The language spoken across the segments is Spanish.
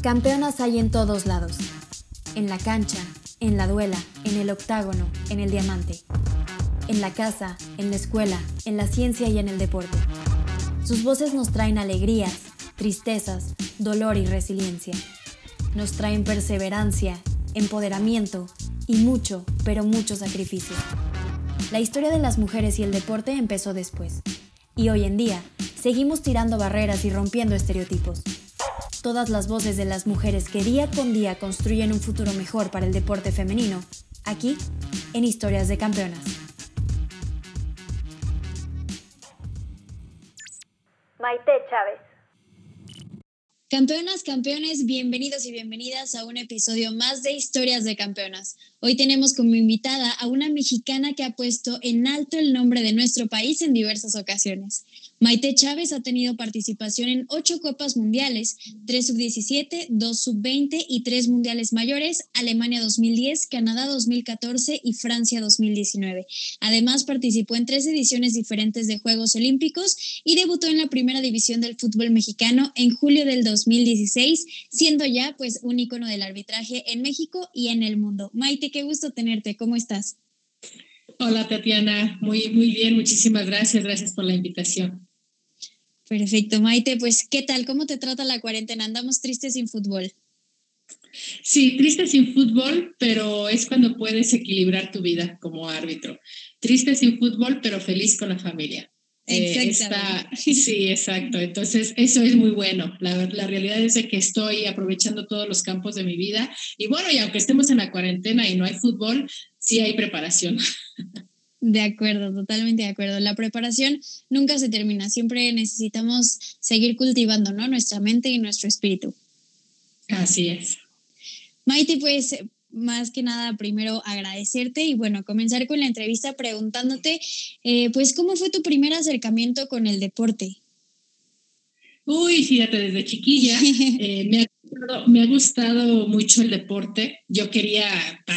Campeonas hay en todos lados. En la cancha, en la duela, en el octágono, en el diamante. En la casa, en la escuela, en la ciencia y en el deporte. Sus voces nos traen alegrías, tristezas, dolor y resiliencia. Nos traen perseverancia, empoderamiento y mucho, pero mucho sacrificio. La historia de las mujeres y el deporte empezó después. Y hoy en día, seguimos tirando barreras y rompiendo estereotipos. Todas las voces de las mujeres que día con día construyen un futuro mejor para el deporte femenino, aquí, en Historias de Campeonas. Maite Chávez. Campeonas, campeones, bienvenidos y bienvenidas a un episodio más de Historias de Campeonas. Hoy tenemos como invitada a una mexicana que ha puesto en alto el nombre de nuestro país en diversas ocasiones. Maite Chávez ha tenido participación en 8 Copas Mundiales, 3 Sub-17, 2 Sub-20 y 3 Mundiales Mayores, Alemania 2010, Canadá 2014 y Francia 2019. Además, participó en 3 ediciones diferentes de Juegos Olímpicos y debutó en la primera división del fútbol mexicano en julio del 2016, siendo ya pues un ícono del arbitraje en México y en el mundo. Maite, qué gusto tenerte, ¿cómo estás? Hola Tatiana, muy bien, muchísimas gracias por la invitación. Perfecto, Maite, pues ¿qué tal? ¿Cómo te trata la cuarentena? Andamos tristes sin fútbol. Sí, triste sin fútbol, pero es cuando puedes equilibrar tu vida como árbitro. Triste sin fútbol, pero feliz con la familia. Sí, exacto. Entonces, eso es muy bueno. La realidad es de que estoy aprovechando todos los campos de mi vida. Y bueno, y aunque estemos en la cuarentena y no hay fútbol, sí hay preparación. De acuerdo, totalmente de acuerdo. La preparación nunca se termina. Siempre necesitamos seguir cultivando, ¿no? Nuestra mente y nuestro espíritu. Así es. Maite, pues más que nada primero agradecerte y bueno, comenzar con la entrevista preguntándote, pues ¿cómo fue tu primer acercamiento con el deporte? Uy, fíjate, desde chiquilla me ha gustado mucho el deporte. Yo quería,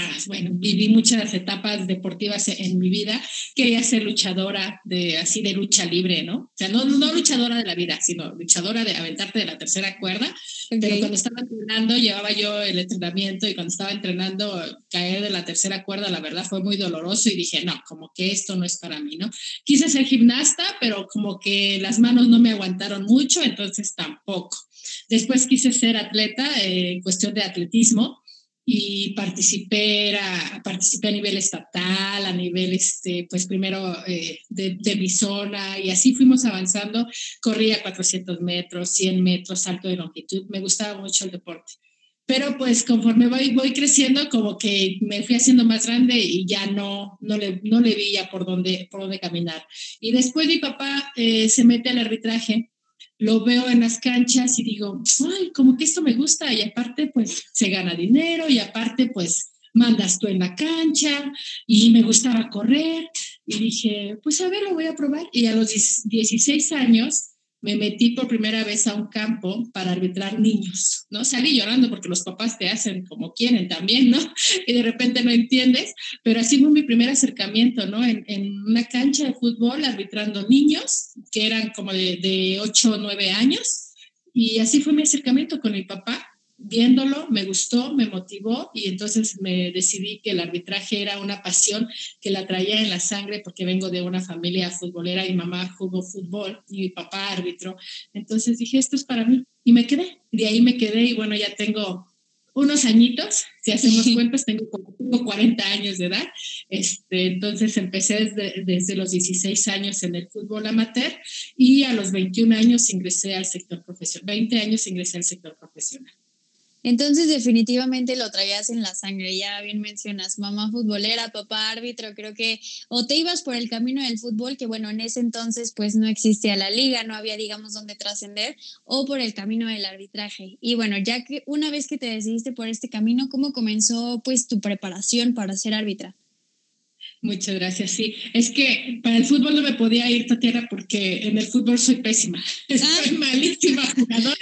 viví muchas etapas deportivas en mi vida. Quería ser luchadora así de lucha libre, ¿no? O sea, no luchadora de la vida, sino luchadora de aventarte de la tercera cuerda. Okay. Pero cuando estaba entrenando, llevaba yo el entrenamiento y cuando estaba entrenando, caer de la tercera cuerda, la verdad fue muy doloroso y dije, no, como que esto no es para mí, ¿no? Quise ser gimnasta, pero como que las manos no me aguantaron mucho, entonces tampoco. Después quise ser atleta en cuestión de atletismo y participé a nivel estatal, a nivel, pues primero de mi zona y así fuimos avanzando. Corría 400 metros, 100 metros, salto de longitud. Me gustaba mucho el deporte. Pero pues conforme voy creciendo, como que me fui haciendo más grande y ya no le vi ya por dónde caminar. Y después mi papá se mete al arbitraje. Lo veo en las canchas y digo, ay, como que esto me gusta y aparte pues se gana dinero y aparte pues mandas tú en la cancha y me gustaba correr y dije, pues a ver, lo voy a probar. Y a los 16 años me metí por primera vez a un campo para arbitrar niños, ¿no? Salí llorando porque los papás te hacen como quieren también, ¿no? Y de repente no entiendes, pero así fue mi primer acercamiento, ¿no? En una cancha de fútbol arbitrando niños que eran como de 8 o 9 años y así fue mi acercamiento con mi papá. Viéndolo, me gustó, me motivó y entonces me decidí que el arbitraje era una pasión que la traía en la sangre porque vengo de una familia futbolera, mi mamá jugó fútbol y mi papá árbitro. Entonces dije, esto es para mí y me quedé. De ahí me quedé y bueno, ya tengo unos añitos, si hacemos cuentas, tengo 40 años de edad. Entonces empecé desde los 16 años en el fútbol amateur y a los 21 años ingresé al sector profesional. 20 años ingresé al sector profesional. Entonces definitivamente lo traías en la sangre, ya bien mencionas, mamá futbolera, papá árbitro, creo que o te ibas por el camino del fútbol, que bueno, en ese entonces pues no existía la liga, no había digamos dónde trascender, o por el camino del arbitraje. Y bueno, ya que una vez que te decidiste por este camino, ¿cómo comenzó pues tu preparación para ser árbitra? Muchas gracias, sí. Es que para el fútbol no me podía ir, Tatiana, porque en el fútbol soy pésima. Soy malísima jugadora.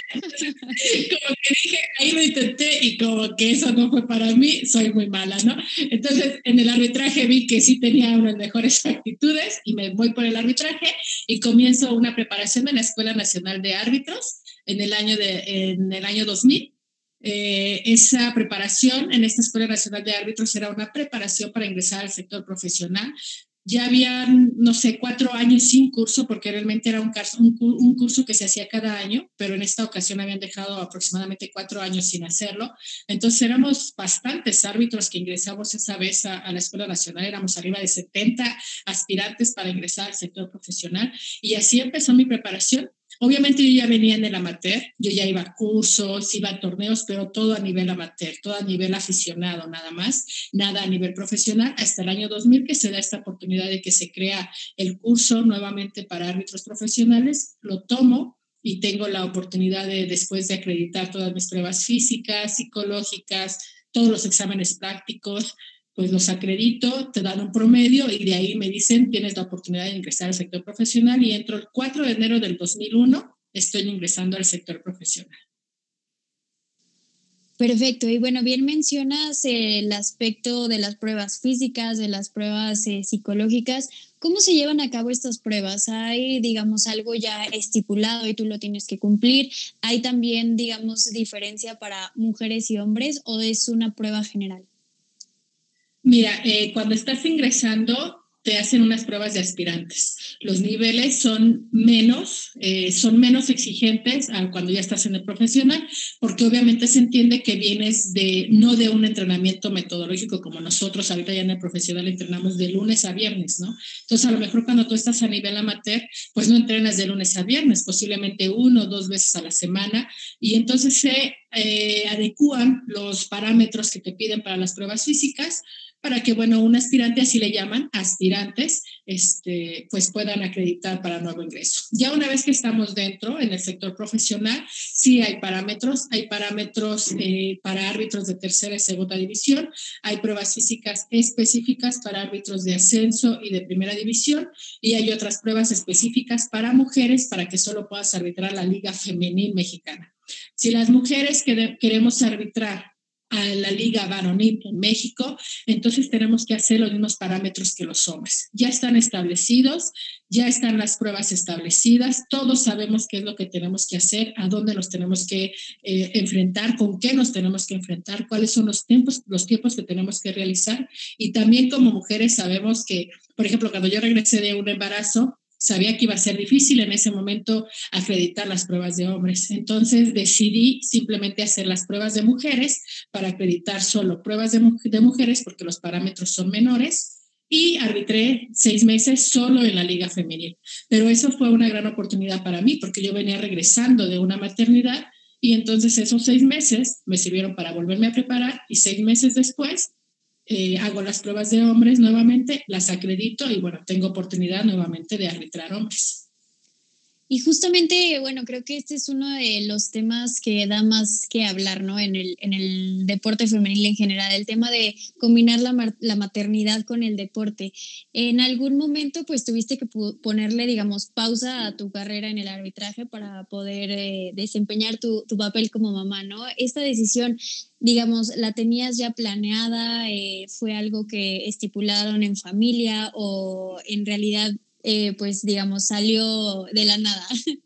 Como que dije, ahí lo intenté y como que eso no fue para mí, soy muy mala, ¿no? Entonces, en el arbitraje vi que sí tenía unas mejores actitudes y me voy por el arbitraje y comienzo una preparación en la Escuela Nacional de Árbitros en el año 2000. Esa preparación en esta Escuela Nacional de Árbitros era una preparación para ingresar al sector profesional. Ya habían, no sé, 4 años sin curso, porque realmente era un curso que se hacía cada año, pero en esta ocasión habían dejado aproximadamente 4 años sin hacerlo. Entonces éramos bastantes árbitros que ingresamos esa vez a la Escuela Nacional, éramos arriba de 70 aspirantes para ingresar al sector profesional, y así empezó mi preparación. Obviamente yo ya venía en el amateur, yo ya iba a cursos, iba a torneos, pero todo a nivel amateur, todo a nivel aficionado nada más, nada a nivel profesional, hasta el año 2000 que se da esta oportunidad de que se crea el curso nuevamente para árbitros profesionales. Lo tomo y tengo la oportunidad de, después de acreditar todas mis pruebas físicas, psicológicas, todos los exámenes prácticos, pues los acredito, te dan un promedio y de ahí me dicen, tienes la oportunidad de ingresar al sector profesional, y entro el 4 de enero del 2001, estoy ingresando al sector profesional. Perfecto. Y bueno, bien mencionas el aspecto de las pruebas físicas, de las pruebas psicológicas. ¿Cómo se llevan a cabo estas pruebas? ¿Hay, digamos, algo ya estipulado y tú lo tienes que cumplir? ¿Hay también, digamos, diferencia para mujeres y hombres o es una prueba general? Mira, cuando estás ingresando te hacen unas pruebas de aspirantes. Los niveles son menos exigentes a cuando ya estás en el profesional, porque obviamente se entiende que vienes no de un entrenamiento metodológico como nosotros ahorita ya en el profesional entrenamos de lunes a viernes, ¿no? Entonces a lo mejor cuando tú estás a nivel amateur, pues no entrenas de lunes a viernes, posiblemente 1 o 2 veces a la semana, y entonces se adecúan los parámetros que te piden para las pruebas físicas, para que, bueno, un aspirante, así le llaman, aspirantes, pues puedan acreditar para nuevo ingreso. Ya una vez que estamos dentro, en el sector profesional, sí hay parámetros para árbitros de tercera y segunda división, hay pruebas físicas específicas para árbitros de ascenso y de primera división, y hay otras pruebas específicas para mujeres para que solo puedas arbitrar la Liga Femenil Mexicana. Si las mujeres queremos arbitrar a la Liga Varonil en México, entonces tenemos que hacer los mismos parámetros que los hombres. Ya están establecidos, ya están las pruebas establecidas, todos sabemos qué es lo que tenemos que hacer, a dónde nos tenemos que enfrentar, con qué nos tenemos que enfrentar, cuáles son los tiempos que tenemos que realizar, y también como mujeres sabemos que, por ejemplo, cuando yo regresé de un embarazo, sabía que iba a ser difícil en ese momento acreditar las pruebas de hombres. Entonces decidí simplemente hacer las pruebas de mujeres para acreditar solo pruebas de mujeres porque los parámetros son menores, y arbitré 6 meses solo en la Liga Femenil. Pero eso fue una gran oportunidad para mí porque yo venía regresando de una maternidad, y entonces esos 6 meses me sirvieron para volverme a preparar, y 6 meses después hago las pruebas de hombres nuevamente, las acredito y bueno, tengo oportunidad nuevamente de arbitrar hombres. Y justamente, bueno, creo que este es uno de los temas que da más que hablar, ¿no? En el deporte femenil en general, el tema de combinar la maternidad con el deporte. ¿En algún momento pues tuviste que ponerle, digamos, pausa a tu carrera en el arbitraje para poder desempeñar tu papel como mamá, ¿no? Esta decisión, digamos, ¿la tenías ya planeada? ¿Fue algo que estipularon en familia o en realidad pues digamos salió de la nada?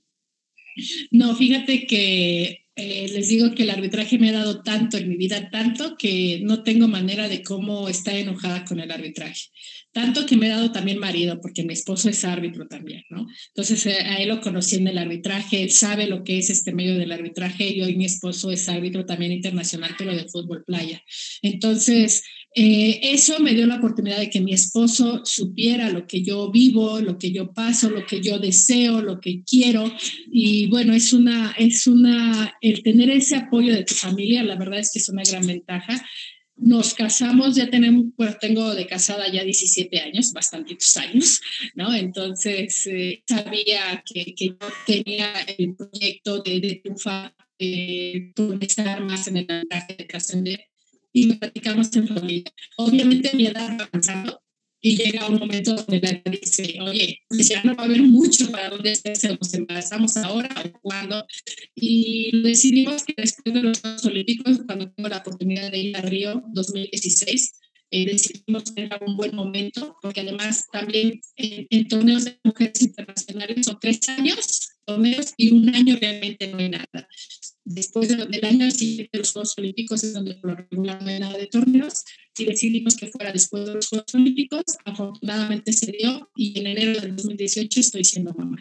No, fíjate que les digo que el arbitraje me ha dado tanto en mi vida, tanto que no tengo manera de cómo estar enojada con el arbitraje. Tanto que me ha dado también marido, porque mi esposo es árbitro también, ¿no? Entonces a él lo conocí en el arbitraje, él sabe lo que es este medio del arbitraje, y hoy mi esposo es árbitro también internacional, pero de fútbol playa. Entonces eso me dio la oportunidad de que mi esposo supiera lo que yo vivo, lo que yo paso, lo que yo deseo, lo que quiero. Y bueno, el tener ese apoyo de tu familia, la verdad es que es una gran ventaja. Nos casamos, tengo de casada ya 17 años, bastantitos años, ¿no? Entonces sabía que yo tenía el proyecto de triunfar, progresar más en el arbitraje, de trascender, y lo platicamos en familia. Obviamente mi edad va avanzando y llega un momento donde la edad dice, oye, pues ya no va a haber mucho para dónde se nos embarazamos ahora o cuándo. Y decidimos que después de los Juegos Olímpicos, cuando tengo la oportunidad de ir a Río 2016, decidimos que era un buen momento, porque además también en torneos de mujeres internacionales son 3 años torneos y un año realmente no hay nada. Después del año siguiente de los Juegos Olímpicos es donde por lo regular no hay nada de torneos. Si decidimos que fuera después de los Juegos Olímpicos, afortunadamente se dio y en enero del 2018 estoy siendo mamá.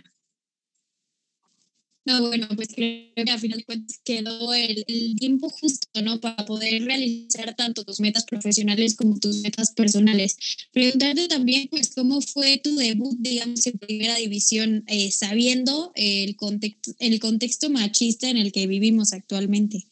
No, bueno, pues creo que a final de cuentas quedó el tiempo justo, ¿no? Para poder realizar tanto tus metas profesionales como tus metas personales. Preguntarte también, pues, ¿cómo fue tu debut, digamos, en primera división, sabiendo el contexto machista en el que vivimos actualmente?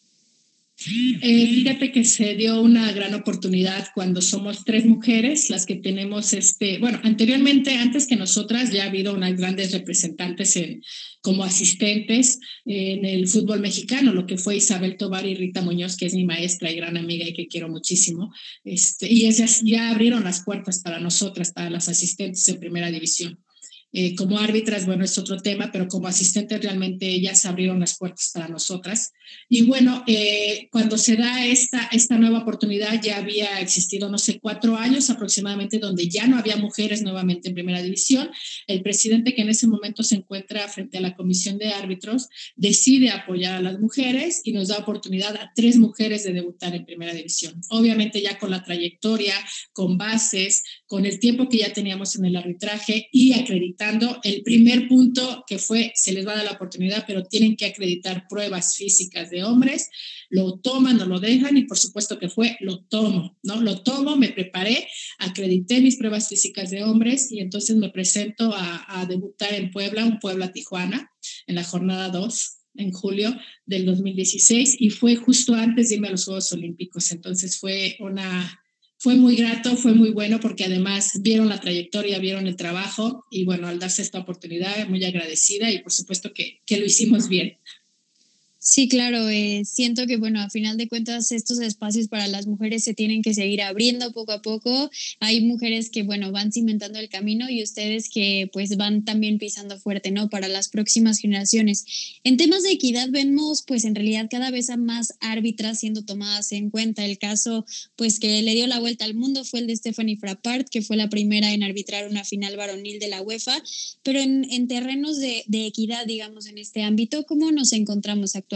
Fíjate que se dio una gran oportunidad cuando somos 3 mujeres las que tenemos anteriormente, antes que nosotras, ya ha habido unas grandes representantes como asistentes en el fútbol mexicano, lo que fue Isabel Tovar y Rita Muñoz, que es mi maestra y gran amiga y que quiero muchísimo, y ellas ya abrieron las puertas para nosotras, para las asistentes en primera división. Como árbitras, bueno, es otro tema, pero como asistentes realmente ellas abrieron las puertas para nosotras. Y bueno, cuando se da esta nueva oportunidad, ya había existido, no sé, 4 años aproximadamente, donde ya no había mujeres nuevamente en primera división. El presidente, que en ese momento se encuentra frente a la comisión de árbitros, decide apoyar a las mujeres y nos da oportunidad a 3 mujeres de debutar en primera división. Obviamente ya con la trayectoria, con bases, con el tiempo que ya teníamos en el arbitraje y acreditando el primer punto que fue, se les va a dar la oportunidad, pero tienen que acreditar pruebas físicas de hombres, lo toman, no lo dejan y por supuesto que fue, lo tomo, ¿no? Lo tomo, me preparé, acredité mis pruebas físicas de hombres y entonces me presento a debutar en Puebla, un Puebla-Tijuana, en la jornada 2 en julio del 2016 y fue justo antes de irme a los Juegos Olímpicos, entonces fue muy grato, fue muy bueno porque además vieron la trayectoria, vieron el trabajo y bueno, al darse esta oportunidad, muy agradecida y por supuesto que lo hicimos bien. Sí, claro, siento que, bueno, a final de cuentas estos espacios para las mujeres se tienen que seguir abriendo poco a poco. Hay mujeres que, bueno, van cimentando el camino y ustedes que pues van también pisando fuerte, ¿no? Para las próximas generaciones. En temas de equidad vemos pues en realidad cada vez a más árbitras siendo tomadas en cuenta. El caso pues que le dio la vuelta al mundo fue el de Stephanie Frappart, que fue la primera en arbitrar una final varonil de la UEFA, pero en terrenos de equidad, digamos, en este ámbito, ¿cómo nos encontramos actualmente?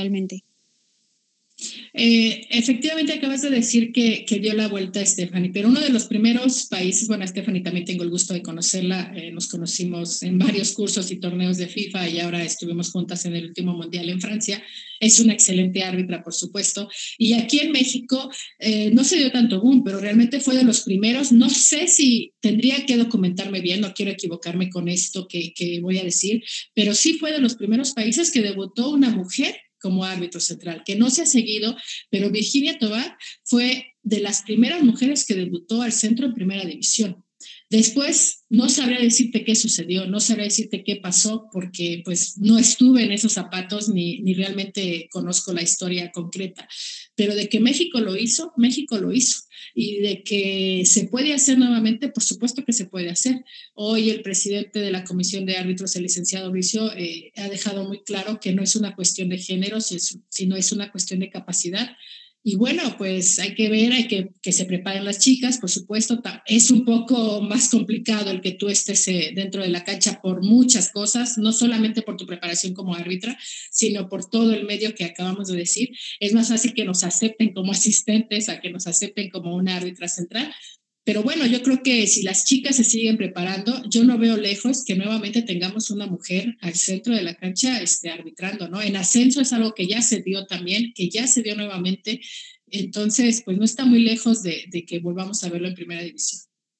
Efectivamente acabas de decir que dio la vuelta a Stephanie, pero uno de los primeros países, bueno, a Stephanie también tengo el gusto de conocerla, nos conocimos en varios cursos y torneos de FIFA y ahora estuvimos juntas en el último mundial en Francia. Es una excelente árbitra, por supuesto, y aquí en México no se dio tanto boom, pero realmente fue de los primeros. No sé si tendría que documentarme bien, no quiero equivocarme con esto que voy a decir, pero sí fue de los primeros países que debutó una mujer como árbitro central, que no se ha seguido, pero Virginia Tovar fue de las primeras mujeres que debutó al centro en primera división. Después no sabría decirte qué sucedió, no sabría decirte qué pasó, porque pues no estuve en esos zapatos ni realmente conozco la historia concreta, pero de que México lo hizo, México lo hizo. Y de que se puede hacer nuevamente, por supuesto que se puede hacer. Hoy el presidente de la Comisión de Árbitros, el licenciado Bricio, ha dejado muy claro que no es una cuestión de género, sino es una cuestión de capacidad. Y bueno, pues hay que ver, hay que se preparen las chicas, por supuesto. Es un poco más complicado el que tú estés dentro de la cancha por muchas cosas, no solamente por tu preparación como árbitra, sino por todo el medio que acabamos de decir. Es más fácil que nos acepten como asistentes a que nos acepten como una árbitra central. Pero bueno, yo creo que si las chicas se siguen preparando, yo no veo lejos que nuevamente tengamos una mujer al centro de la cancha arbitrando, ¿no? En ascenso es algo que ya se dio también, que ya se dio nuevamente. Entonces, pues no está muy lejos de que volvamos a verlo en primera división.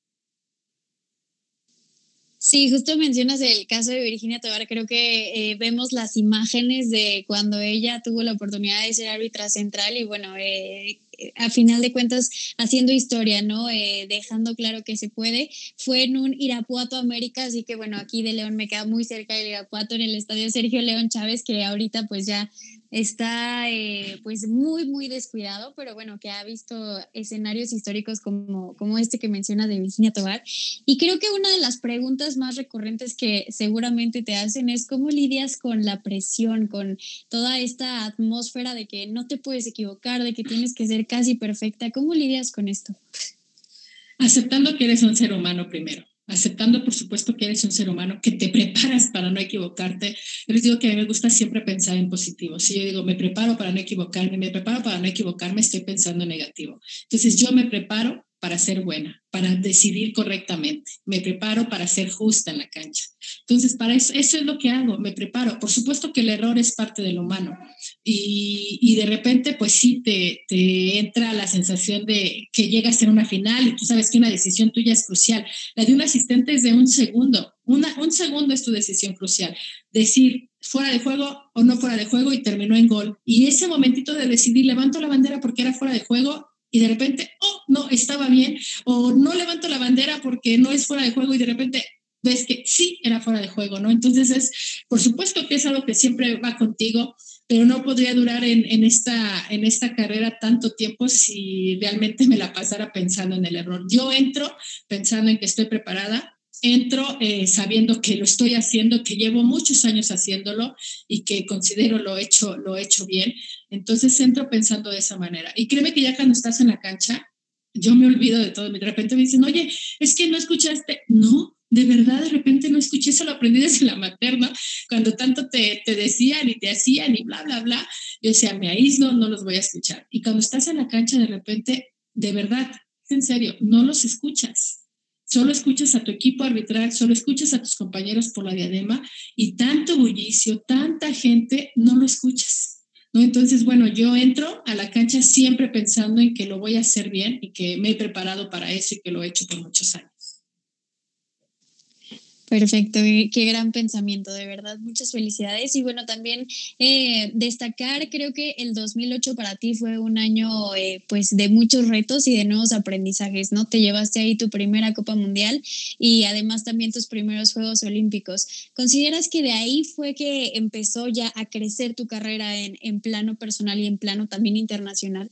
Sí, justo mencionas el caso de Virginia Tovar. Creo que vemos las imágenes de cuando ella tuvo la oportunidad de ser árbitra central y bueno, a final de cuentas haciendo historia, ¿no? Dejando claro que se puede. Fue en un Irapuato América, así que bueno, aquí de León me queda muy cerca del Irapuato, en el estadio Sergio León Chávez, que ahorita pues ya está pues muy, muy descuidado, pero bueno, que ha visto escenarios históricos como este que mencionas de Virginia Tovar. Y creo que una de las preguntas más recurrentes que seguramente te hacen es cómo lidias con la presión, con toda esta atmósfera de que no te puedes equivocar, de que tienes que ser casi perfecta. ¿Cómo lidias con esto? Aceptando que eres un ser humano primero. aceptando por supuesto que eres un ser humano, que te preparas para no equivocarte. Yo les digo que a mí me gusta siempre pensar en positivo. Si yo digo, me preparo para no equivocarme, estoy pensando en negativo. Entonces yo me preparo para ser buena, para decidir correctamente. Me preparo para ser justa en la cancha. Entonces, para eso es lo que hago, me preparo. Por supuesto que el error es parte del humano y de repente, pues sí, te entra la sensación de que llegas en una final y tú sabes que una decisión tuya es crucial. La de un asistente es de un segundo. Un segundo es tu decisión crucial. Decir fuera de juego o no fuera de juego y terminó en gol. Y ese momentito de decidir, levanto la bandera porque era fuera de juego y de repente, oh, no, estaba bien, o no levanto la bandera porque no es fuera de juego y de repente ves que sí era fuera de juego, ¿no? Entonces por supuesto que es algo que siempre va contigo, pero no podría durar en esta carrera tanto tiempo si realmente me la pasara pensando en el error. Yo entro pensando en que estoy preparada, entro sabiendo que lo estoy haciendo, que llevo muchos años haciéndolo y que considero lo he hecho bien. Entonces entro pensando de esa manera. Y créeme que ya cuando estás en la cancha, yo me olvido de todo. De repente me dicen, oye, es que no escuchaste. No, de verdad, de repente no escuché, eso lo aprendí desde la materna, cuando tanto te decían y te hacían y bla, bla, bla. Yo decía, me aíslo, no los voy a escuchar. Y cuando estás en la cancha, de repente, de verdad, en serio, no los escuchas. Solo escuchas a tu equipo arbitral, solo escuchas a tus compañeros por la diadema y tanto bullicio, tanta gente, no lo escuchas, ¿no? Entonces, bueno, yo entro a la cancha siempre pensando en que lo voy a hacer bien y que me he preparado para eso y que lo he hecho por muchos años. Perfecto, qué gran pensamiento, de verdad, muchas felicidades. Y bueno, también destacar, creo que el 2008 para ti fue un año pues de muchos retos y de nuevos aprendizajes, ¿no? Te llevaste ahí tu primera Copa Mundial y además también tus primeros Juegos Olímpicos. ¿Consideras que de ahí fue que empezó ya a crecer tu carrera en plano personal y en plano también internacional?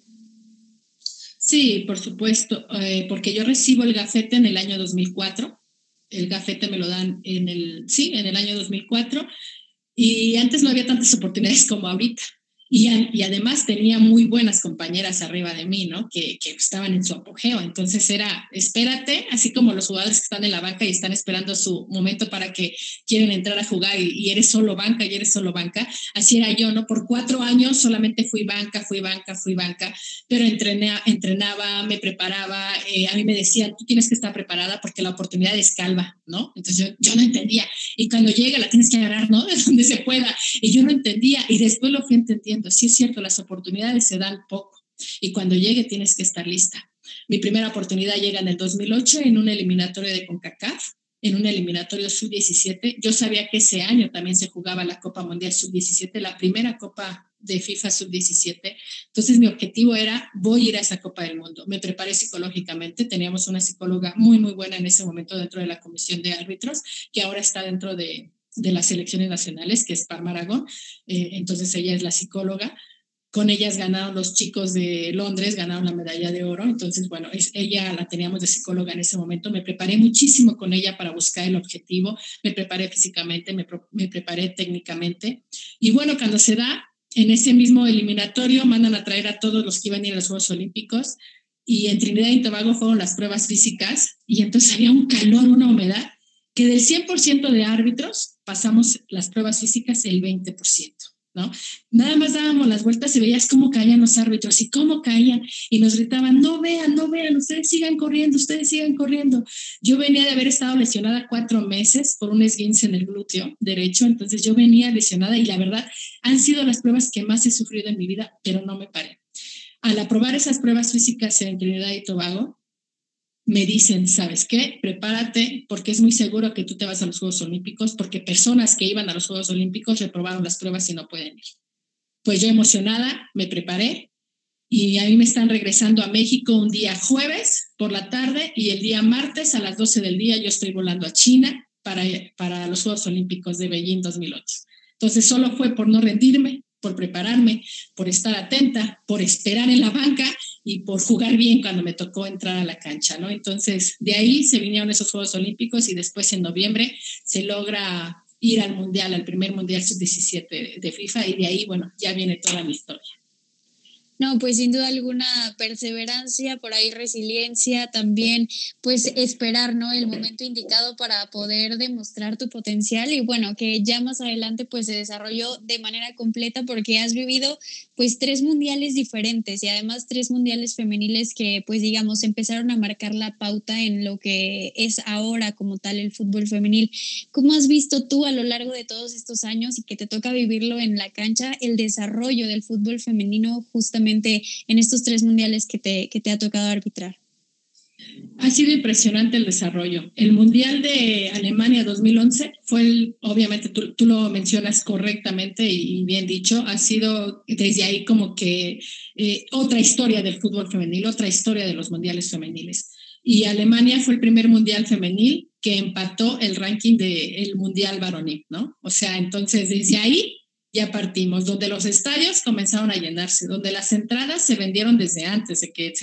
Sí, por supuesto, porque yo recibo el gafete en el año 2004. El gafete me lo dan en el año 2004 y antes no había tantas oportunidades como ahorita. Y además tenía muy buenas compañeras arriba de mí, ¿no? Que estaban en su apogeo. Entonces era, espérate, así como los jugadores que están en la banca y están esperando su momento para que quieren entrar a jugar y eres solo banca, Así era yo, ¿no? Por 4 años solamente fui banca, pero entrenaba, me preparaba. A mí me decían, tú tienes que estar preparada porque la oportunidad es calva, ¿no? Entonces yo no entendía. Y cuando llega la tienes que agarrar, ¿no? De donde se pueda. Y yo no entendía y después lo fui entendiendo. Sí es cierto, las oportunidades se dan poco y cuando llegue tienes que estar lista. Mi primera oportunidad llega en el 2008 en un eliminatorio de CONCACAF, en un eliminatorio sub-17. Yo sabía que ese año también se jugaba la Copa Mundial sub-17, la primera Copa de FIFA sub-17. Entonces mi objetivo era, voy a ir a esa Copa del Mundo. Me preparé psicológicamente, teníamos una psicóloga muy, muy buena en ese momento dentro de la comisión de árbitros, que ahora está dentro de las selecciones nacionales, que es Parma Aragón. Entonces ella es la psicóloga. Con ellas ganaron los chicos de Londres, ganaron la medalla de oro. Entonces, bueno, ella la teníamos de psicóloga en ese momento. Me preparé muchísimo con ella para buscar el objetivo. Me preparé físicamente, me preparé técnicamente. Y bueno, cuando se da, en ese mismo eliminatorio mandan a traer a todos los que iban a ir a los Juegos Olímpicos y en Trinidad y Tobago fueron las pruebas físicas y entonces había un calor, una humedad, que del 100% de árbitros pasamos las pruebas físicas el 20%. ¿No? Nada más dábamos las vueltas y veías cómo caían los árbitros y cómo caían y nos gritaban, no vean, ustedes sigan corriendo. Yo venía de haber estado lesionada 4 meses por un esguince en el glúteo derecho, entonces yo venía lesionada y la verdad han sido las pruebas que más he sufrido en mi vida, pero no me paré. Al aprobar esas pruebas físicas en Trinidad y Tobago, me dicen, ¿sabes qué? Prepárate porque es muy seguro que tú te vas a los Juegos Olímpicos porque personas que iban a los Juegos Olímpicos reprobaron las pruebas y no pueden ir. Pues yo emocionada me preparé y a mí me están regresando a México un día jueves por la tarde y el día martes a las 12 del día yo estoy volando a China para los Juegos Olímpicos de Beijing 2008. Entonces solo fue por no rendirme, por prepararme, por estar atenta, por esperar en la banca y por jugar bien cuando me tocó entrar a la cancha, ¿no? Entonces, de ahí se vinieron esos Juegos Olímpicos y después en noviembre se logra ir al Mundial, al primer Mundial Sub-17 de FIFA y de ahí, bueno, ya viene toda mi historia. No, pues sin duda alguna perseverancia, por ahí resiliencia, también pues esperar, ¿no? El momento indicado para poder demostrar tu potencial y bueno, que ya más adelante pues se desarrolló de manera completa porque has vivido pues 3 mundiales diferentes y además 3 mundiales femeniles que pues digamos empezaron a marcar la pauta en lo que es ahora como tal el fútbol femenil. ¿Cómo has visto tú a lo largo de todos estos años y que te toca vivirlo en la cancha el desarrollo del fútbol femenino justamente en estos 3 mundiales que te ha tocado arbitrar? Ha sido impresionante el desarrollo. El Mundial de Alemania 2011 fue, obviamente tú lo mencionas correctamente y bien dicho, ha sido desde ahí como que otra historia del fútbol femenil, otra historia de los mundiales femeniles. Y Alemania fue el primer mundial femenil que empató el ranking del mundial varonil, ¿no? O sea, entonces desde ahí ya partimos, donde los estadios comenzaron a llenarse, donde las entradas se vendieron desde antes de que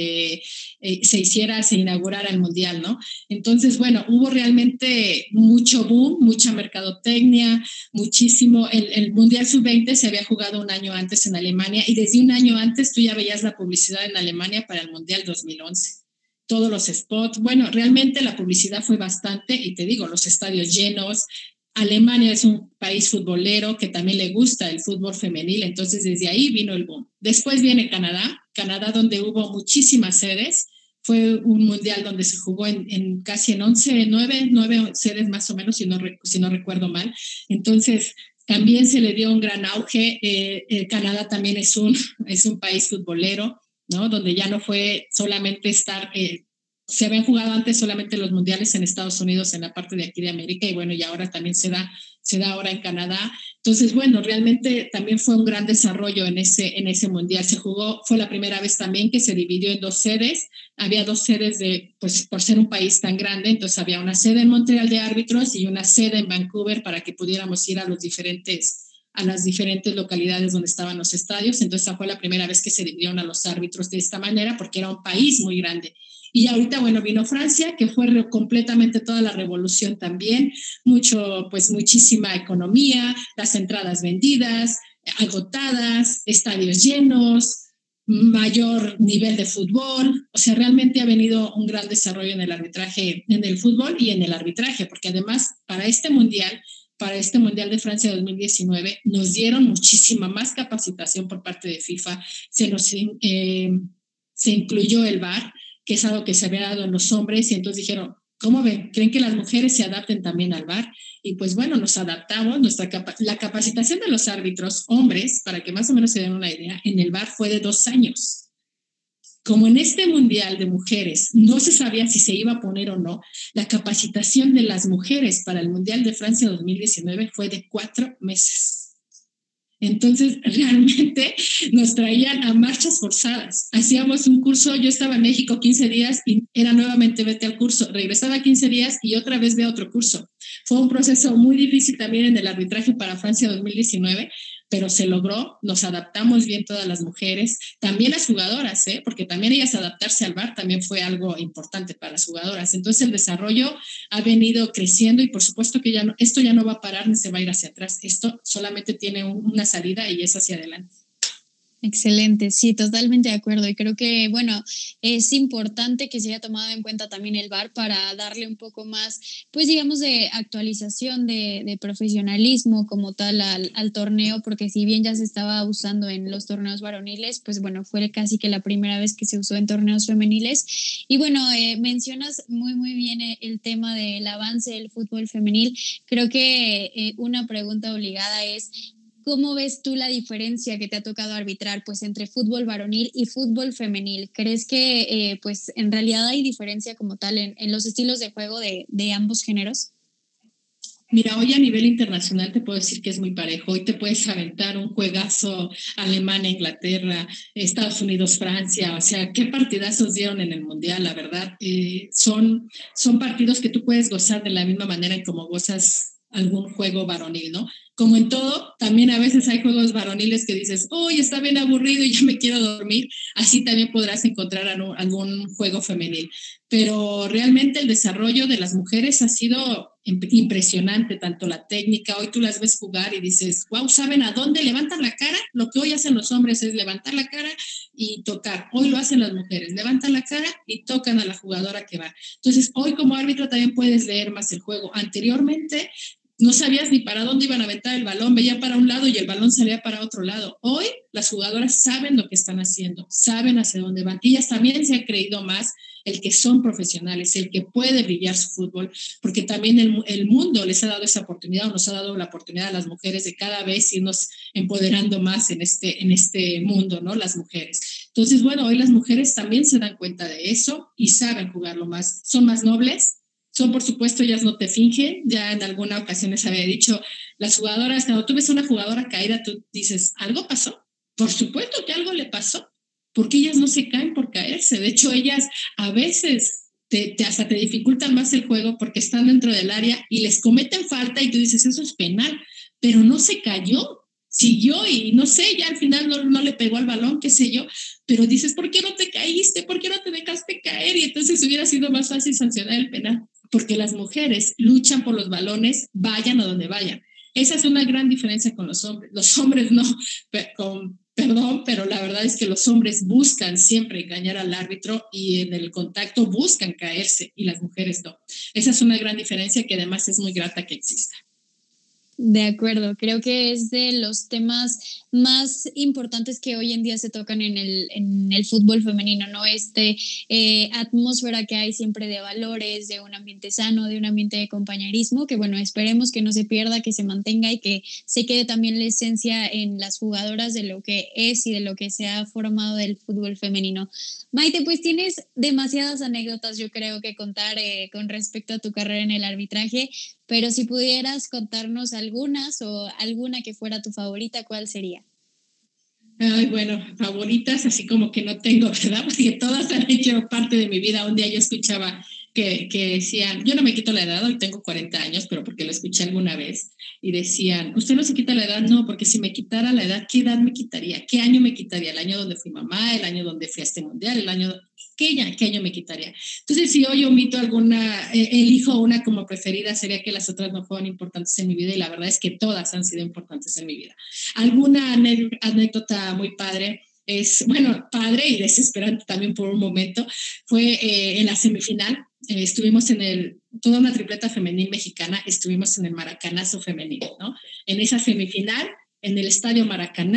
se inaugurara el Mundial, ¿no? Entonces, bueno, hubo realmente mucho boom, mucha mercadotecnia, muchísimo. El Mundial Sub-20 se había jugado un año antes en Alemania y desde un año antes tú ya veías la publicidad en Alemania para el Mundial 2011. Todos los spots, bueno, realmente la publicidad fue bastante y te digo, los estadios llenos. Alemania es un país futbolero que también le gusta el fútbol femenil, entonces desde ahí vino el boom. Después viene Canadá donde hubo muchísimas sedes, fue un mundial donde se jugó casi en 9 sedes más o menos, si no recuerdo mal. Entonces también se le dio un gran auge. Canadá también es un país futbolero, ¿no? Donde ya no fue solamente estar... se habían jugado antes solamente los mundiales en Estados Unidos, en la parte de aquí de América, y bueno, y ahora también se da ahora en Canadá. Entonces, bueno, realmente también fue un gran desarrollo en ese mundial. Fue la primera vez también que se dividió en 2 sedes. Había 2 sedes pues por ser un país tan grande, entonces había una sede en Montreal de árbitros y una sede en Vancouver para que pudiéramos ir a las diferentes localidades donde estaban los estadios. Entonces, esa fue la primera vez que se dividieron a los árbitros de esta manera, porque era un país muy grande. Y ahorita, bueno, vino Francia, que fue completamente toda la revolución también, muchísima economía, las entradas vendidas, agotadas, estadios llenos, mayor nivel de fútbol. O sea, realmente ha venido un gran desarrollo en el arbitraje, en el fútbol y en el arbitraje, porque además para este Mundial de Francia 2019 nos dieron muchísima más capacitación por parte de FIFA, se incluyó el VAR, que es algo que se había dado en los hombres, y entonces dijeron, ¿cómo ven? ¿Creen que las mujeres se adapten también al VAR? Y pues bueno, nos adaptamos. La capacitación de los árbitros hombres, para que más o menos se den una idea, en el VAR fue de 2 años. Como en este Mundial de mujeres no se sabía si se iba a poner o no, la capacitación de las mujeres para el Mundial de Francia 2019 fue de 4 meses. Entonces, realmente nos traían a marchas forzadas. Hacíamos un curso, yo estaba en México 15 días y era nuevamente vete al curso. Regresaba 15 días y otra vez ve a otro curso. Fue un proceso muy difícil también en el arbitraje para Francia 2019, pero se logró, nos adaptamos bien todas las mujeres, también las jugadoras, porque también ellas adaptarse al VAR también fue algo importante para las jugadoras. Entonces el desarrollo ha venido creciendo y por supuesto que esto ya no va a parar ni se va a ir hacia atrás, esto solamente tiene una salida y es hacia adelante. Excelente, sí, totalmente de acuerdo. Y creo que, bueno, es importante que se haya tomado en cuenta también el VAR para darle un poco más, pues digamos, de actualización, de profesionalismo como tal al torneo, porque si bien ya se estaba usando en los torneos varoniles, pues bueno, fue casi que la primera vez que se usó en torneos femeniles. Y bueno, mencionas muy, muy bien el tema del avance del fútbol femenil. Creo que una pregunta obligada es, ¿cómo ves tú la diferencia que te ha tocado arbitrar pues entre fútbol varonil y fútbol femenil? ¿Crees que pues en realidad hay diferencia como tal en los estilos de juego de ambos géneros? Mira, hoy a nivel internacional te puedo decir que es muy parejo. Hoy te puedes aventar un juegazo Alemania, Inglaterra, Estados Unidos, Francia. O sea, qué partidazos dieron en el Mundial, la verdad. Son partidos que tú puedes gozar de la misma manera en como gozas algún juego varonil, ¿no? Como en todo, también a veces hay juegos varoniles que dices, uy, está bien aburrido y ya me quiero dormir. Así también podrás encontrar algún juego femenil. Pero realmente el desarrollo de las mujeres ha sido impresionante, tanto la técnica. Hoy tú las ves jugar y dices, wow, ¿saben a dónde levantan la cara? Lo que hoy hacen los hombres es levantar la cara y tocar. Hoy lo hacen las mujeres, levantan la cara y tocan a la jugadora que va. Entonces, hoy como árbitro también puedes leer más el juego. Anteriormente no sabías ni para dónde iban a aventar el balón, veía para un lado y el balón salía para otro lado. Hoy las jugadoras saben lo que están haciendo, saben hacia dónde van. Ellas también se han creído más el que son profesionales, el que puede brillar su fútbol, porque también el mundo les ha dado esa oportunidad, o nos ha dado la oportunidad a las mujeres de cada vez irnos empoderando más en este mundo, ¿no? Las mujeres. Entonces, bueno, hoy las mujeres también se dan cuenta de eso y saben jugarlo más, son más nobles. Son, por supuesto, ellas no te fingen. Ya en alguna ocasión les había dicho, las jugadoras, cuando tú ves a una jugadora caída, tú dices, ¿algo pasó? Por supuesto que algo le pasó, porque ellas no se caen por caerse. De hecho, ellas a veces hasta te dificultan más el juego porque están dentro del área y les cometen falta y tú dices, eso es penal, pero no se cayó. Siguió y no sé, ya al final no le pegó al balón, qué sé yo, pero dices, ¿por qué no te caíste? ¿Por qué no te dejaste caer? Y entonces hubiera sido más fácil sancionar el penal, porque las mujeres luchan por los balones, vayan a donde vayan. Esa es una gran diferencia con los hombres. Los hombres no, perdón, pero la verdad es que los hombres buscan siempre engañar al árbitro y en el contacto buscan caerse y las mujeres no. Esa es una gran diferencia que además es muy grata que exista. De acuerdo, creo que es de los temas más importantes que hoy en día se tocan en el fútbol femenino, ¿no? Atmósfera que hay siempre de valores, de un ambiente sano, de un ambiente de compañerismo, que bueno, esperemos que no se pierda, que se mantenga y que se quede también la esencia en las jugadoras de lo que es y de lo que se ha formado del fútbol femenino. Maite, pues tienes demasiadas anécdotas, yo creo, que contar con respecto a tu carrera en el arbitraje. Pero si pudieras contarnos algunas o alguna que fuera tu favorita, ¿cuál sería? Ay, bueno, favoritas, así como que no tengo, ¿verdad? Porque todas han hecho parte de mi vida. Un día yo escuchaba que decían, yo no me quito la edad, hoy tengo 40 años, pero porque lo escuché alguna vez, y decían, ¿usted no se quita la edad? No, porque si me quitara la edad, ¿qué edad me quitaría? ¿Qué año me quitaría? ¿El año donde fui mamá? ¿El año donde fui a este mundial? ¿El año... ¿Qué año me quitaría? Entonces, si hoy omito alguna, elijo una como preferida, sería que las otras no fueron importantes en mi vida, y la verdad es que todas han sido importantes en mi vida. Alguna anécdota muy padre es, bueno, padre y desesperante también por un momento, fue en la semifinal. Estuvimos toda una tripleta femenil mexicana, estuvimos en el Maracanazo femenil, ¿no? En esa semifinal, en el Estadio Maracaná,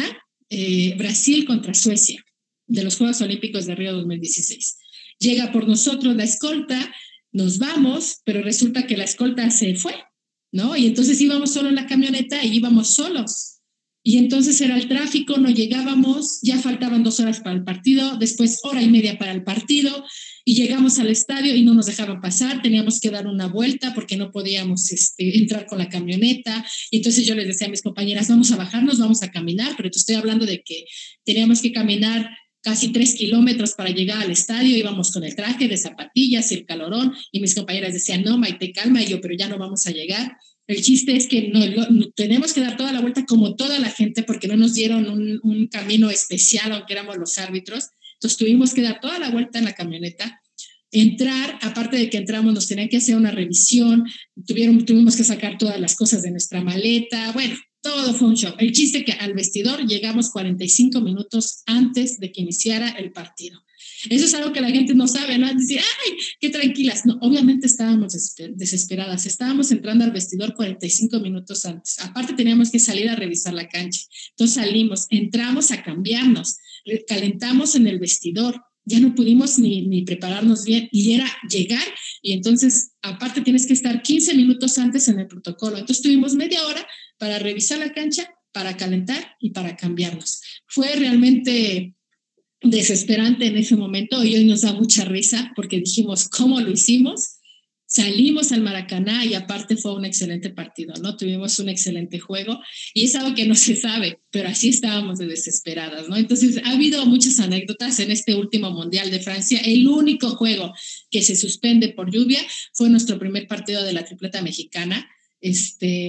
Brasil contra Suecia, de los Juegos Olímpicos de Río 2016. Llega por nosotros la escolta, nos vamos, pero resulta que la escolta se fue, ¿no? Y entonces íbamos solo en la camioneta y íbamos solos. Y entonces era el tráfico, no llegábamos, ya faltaban 2 horas para el partido, después 1:30 para el partido, y llegamos al estadio y no nos dejaban pasar, teníamos que dar una vuelta porque no podíamos entrar con la camioneta. Y entonces yo les decía a mis compañeras, vamos a bajarnos, vamos a caminar, pero te estoy hablando de que teníamos que caminar casi 3 kilómetros para llegar al estadio, íbamos con el traje de zapatillas y el calorón, y mis compañeras decían, no, Maite, calma, y yo, pero ya no vamos a llegar. El chiste es que no, tenemos que dar toda la vuelta como toda la gente, porque no nos dieron un camino especial, aunque éramos los árbitros. Entonces tuvimos que dar toda la vuelta en la camioneta, entrar, aparte de que entramos, nos tenían que hacer una revisión, tuvimos que sacar todas las cosas de nuestra maleta, bueno, todo fue un show. El chiste es que al vestidor llegamos 45 minutos antes de que iniciara el partido. Eso es algo que la gente no sabe, ¿no? Decir, ¡ay, qué tranquilas! No, obviamente estábamos desesperadas. Estábamos entrando al vestidor 45 minutos antes. Aparte teníamos que salir a revisar la cancha. Entonces salimos, entramos a cambiarnos, calentamos en el vestidor. Ya no pudimos ni prepararnos bien, y era llegar, y entonces aparte tienes que estar 15 minutos antes en el protocolo. Entonces tuvimos media hora para revisar la cancha, para calentar y para cambiarnos. Fue realmente desesperante en ese momento, y hoy nos da mucha risa porque dijimos, ¿cómo lo hicimos? Salimos al Maracaná y aparte fue un excelente partido, ¿no? Tuvimos un excelente juego, y es algo que no se sabe, pero así estábamos de desesperadas, ¿no? Entonces ha habido muchas anécdotas en este último Mundial de Francia. El único juego que se suspende por lluvia fue nuestro primer partido de la tripleta mexicana.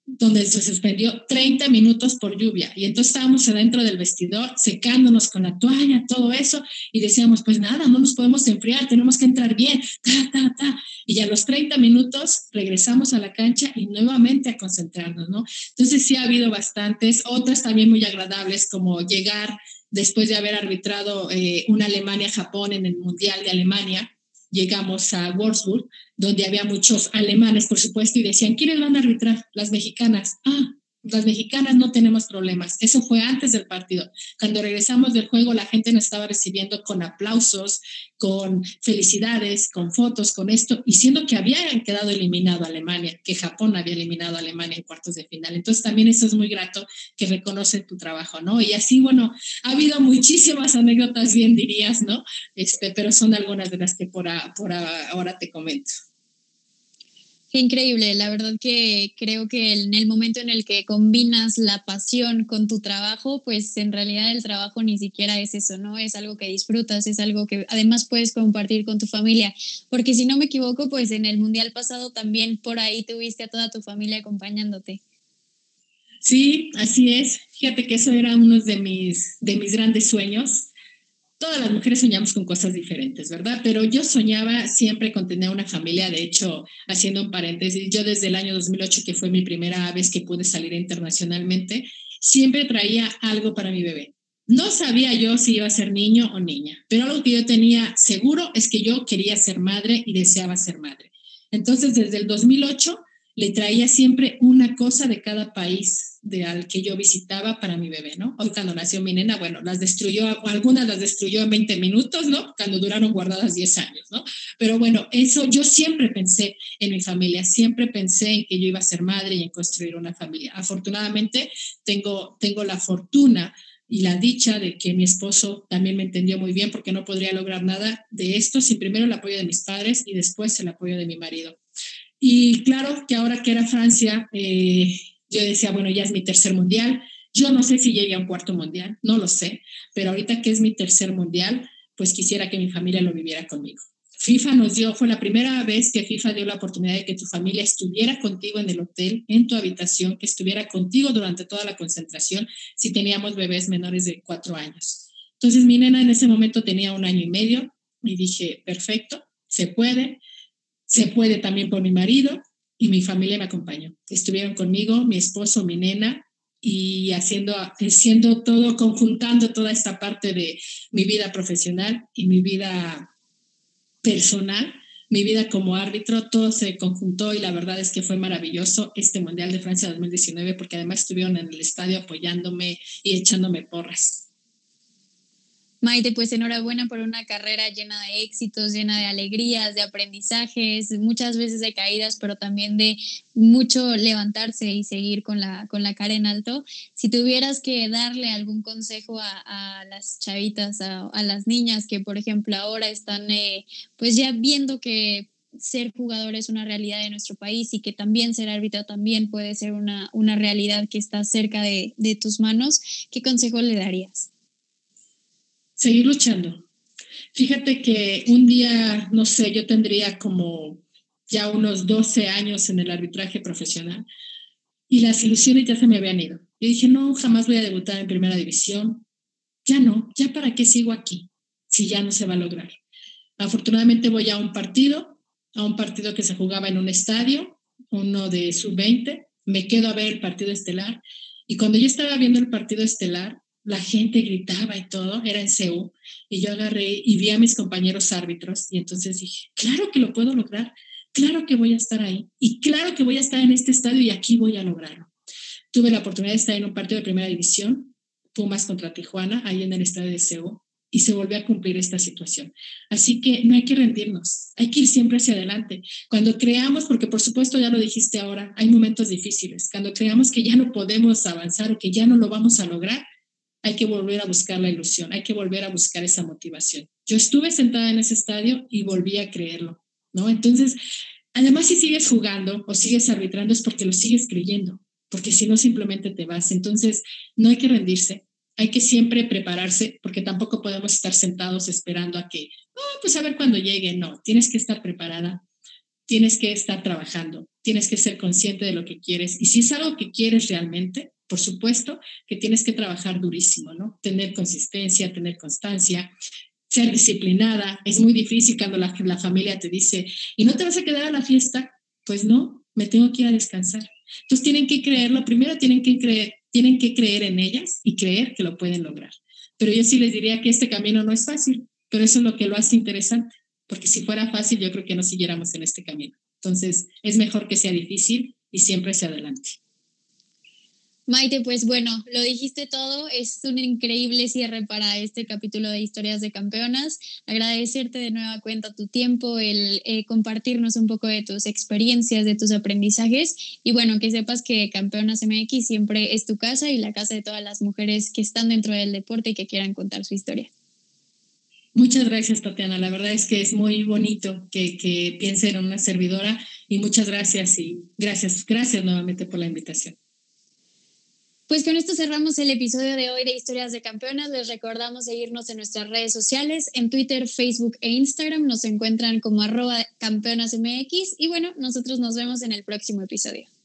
donde se suspendió 30 minutos por lluvia. Y entonces estábamos adentro del vestidor, secándonos con la toalla, todo eso, y decíamos, pues nada, no nos podemos enfriar, tenemos que entrar bien, ta, ta, ta. Y a los 30 minutos regresamos a la cancha y nuevamente a concentrarnos, ¿no? Entonces sí ha habido bastantes, otras también muy agradables, como llegar después de haber arbitrado una Alemania-Japón en el Mundial de Alemania. Llegamos a Wolfsburg, donde había muchos alemanes, por supuesto, y decían, ¿quiénes van a arbitrar? Las mexicanas. Las mexicanas no tenemos problemas. Eso fue antes del partido. Cuando regresamos del juego, la gente nos estaba recibiendo con aplausos, con felicidades, con fotos, con esto, y siendo que habían quedado eliminado a Alemania, que Japón había eliminado a Alemania en cuartos de final. Entonces también eso es muy grato, que reconocen tu trabajo, ¿no? Y así, bueno, ha habido muchísimas anécdotas, bien dirías, ¿no? Pero son algunas de las que por ahora te comento. Qué increíble, la verdad que creo que en el momento en el que combinas la pasión con tu trabajo, pues en realidad el trabajo ni siquiera es eso, ¿no? Es algo que disfrutas, es algo que además puedes compartir con tu familia, porque si no me equivoco, pues en el Mundial pasado también por ahí tuviste a toda tu familia acompañándote. Sí, así es. Fíjate que eso era uno de mis grandes sueños. Todas las mujeres soñamos con cosas diferentes, ¿verdad? Pero yo soñaba siempre con tener una familia. De hecho, haciendo un paréntesis, yo desde el año 2008, que fue mi primera vez que pude salir internacionalmente, siempre traía algo para mi bebé. No sabía yo si iba a ser niño o niña, pero algo que yo tenía seguro es que yo quería ser madre y deseaba ser madre. Entonces, desde el 2008 le traía siempre una cosa de cada país al que yo visitaba para mi bebé, ¿no? Hoy cuando nació mi nena, bueno, algunas las destruyó en 20 minutos, ¿no? Cuando duraron guardadas 10 años, ¿no? Pero bueno, eso yo siempre pensé en mi familia, siempre pensé en que yo iba a ser madre y en construir una familia. Afortunadamente tengo la fortuna y la dicha de que mi esposo también me entendió muy bien, porque no podría lograr nada de esto sin primero el apoyo de mis padres y después el apoyo de mi marido. Y claro que ahora que era Francia, yo decía, bueno, ya es mi tercer mundial. Yo no sé si llegue a un cuarto mundial, no lo sé, pero ahorita que es mi tercer mundial, pues quisiera que mi familia lo viviera conmigo. Fue la primera vez que FIFA dio la oportunidad de que tu familia estuviera contigo en el hotel, en tu habitación, que estuviera contigo durante toda la concentración, si teníamos bebés menores de 4 años. Entonces mi nena en ese momento tenía 1 año y medio y dije, perfecto, se puede también por mi marido, y mi familia me acompañó. Estuvieron conmigo, mi esposo, mi nena, y haciendo todo, conjuntando toda esta parte de mi vida profesional y mi vida personal, mi vida como árbitro, todo se conjuntó y la verdad es que fue maravilloso este Mundial de Francia 2019, porque además estuvieron en el estadio apoyándome y echándome porras. Maite, pues enhorabuena por una carrera llena de éxitos, llena de alegrías, de aprendizajes, muchas veces de caídas, pero también de mucho levantarse y seguir con la cara en alto. Si tuvieras que darle algún consejo a las chavitas, a las niñas que, por ejemplo, ahora están pues ya viendo que ser jugador es una realidad de nuestro país y que también ser árbitro también puede ser una realidad que está cerca de tus manos, ¿qué consejo le darías? Seguir luchando. Fíjate que un día, no sé, yo tendría como ya unos 12 años en el arbitraje profesional y las ilusiones ya se me habían ido. Yo dije, no, jamás voy a debutar en primera división. Ya no, ya para qué sigo aquí si ya no se va a lograr. Afortunadamente voy a un partido que se jugaba en un estadio, uno de sub-20, me quedo a ver el partido estelar y cuando yo estaba viendo el partido estelar, la gente gritaba y todo, era en CEU, y yo agarré y vi a mis compañeros árbitros y entonces dije, claro que lo puedo lograr, claro que voy a estar ahí y claro que voy a estar en este estadio y aquí voy a lograrlo. Tuve la oportunidad de estar en un partido de primera división, Pumas contra Tijuana, ahí en el estadio de CEU, y se volvió a cumplir esta situación. Así que no hay que rendirnos, hay que ir siempre hacia adelante. Cuando creamos, porque por supuesto ya lo dijiste ahora, hay momentos difíciles, cuando creamos que ya no podemos avanzar o que ya no lo vamos a lograr, hay que volver a buscar la ilusión, hay que volver a buscar esa motivación. Yo estuve sentada en ese estadio y volví a creerlo, ¿no? Entonces, además si sigues jugando o sigues arbitrando es porque lo sigues creyendo, porque si no simplemente te vas. Entonces, no hay que rendirse, hay que siempre prepararse, porque tampoco podemos estar sentados esperando a que, pues a ver cuándo llegue. No, tienes que estar preparada tienes que estar trabajando, tienes que ser consciente de lo que quieres. Y si es algo que quieres realmente, por supuesto que tienes que trabajar durísimo, ¿no? Tener consistencia, tener constancia, ser disciplinada. Es muy difícil cuando la familia te dice, ¿y no te vas a quedar a la fiesta? Pues no, me tengo que ir a descansar. Entonces tienen que creerlo, primero tienen que creer en ellas y creer que lo pueden lograr. Pero yo sí les diría que este camino no es fácil, pero eso es lo que lo hace interesante, porque si fuera fácil yo creo que no siguiéramos en este camino. Entonces es mejor que sea difícil y siempre hacia adelante. Maite, pues bueno, lo dijiste todo, es un increíble cierre para este capítulo de Historias de Campeonas. Agradecerte de nueva cuenta tu tiempo, el compartirnos un poco de tus experiencias, de tus aprendizajes y bueno, que sepas que Campeonas MX siempre es tu casa y la casa de todas las mujeres que están dentro del deporte y que quieran contar su historia. Muchas gracias, Tatiana. La verdad es que es muy bonito que piensen en una servidora y muchas gracias y gracias nuevamente por la invitación. Pues con esto cerramos el episodio de hoy de Historias de Campeonas. Les recordamos seguirnos en nuestras redes sociales, en Twitter, Facebook e Instagram. Nos encuentran como @campeonasmx y bueno, nosotros nos vemos en el próximo episodio.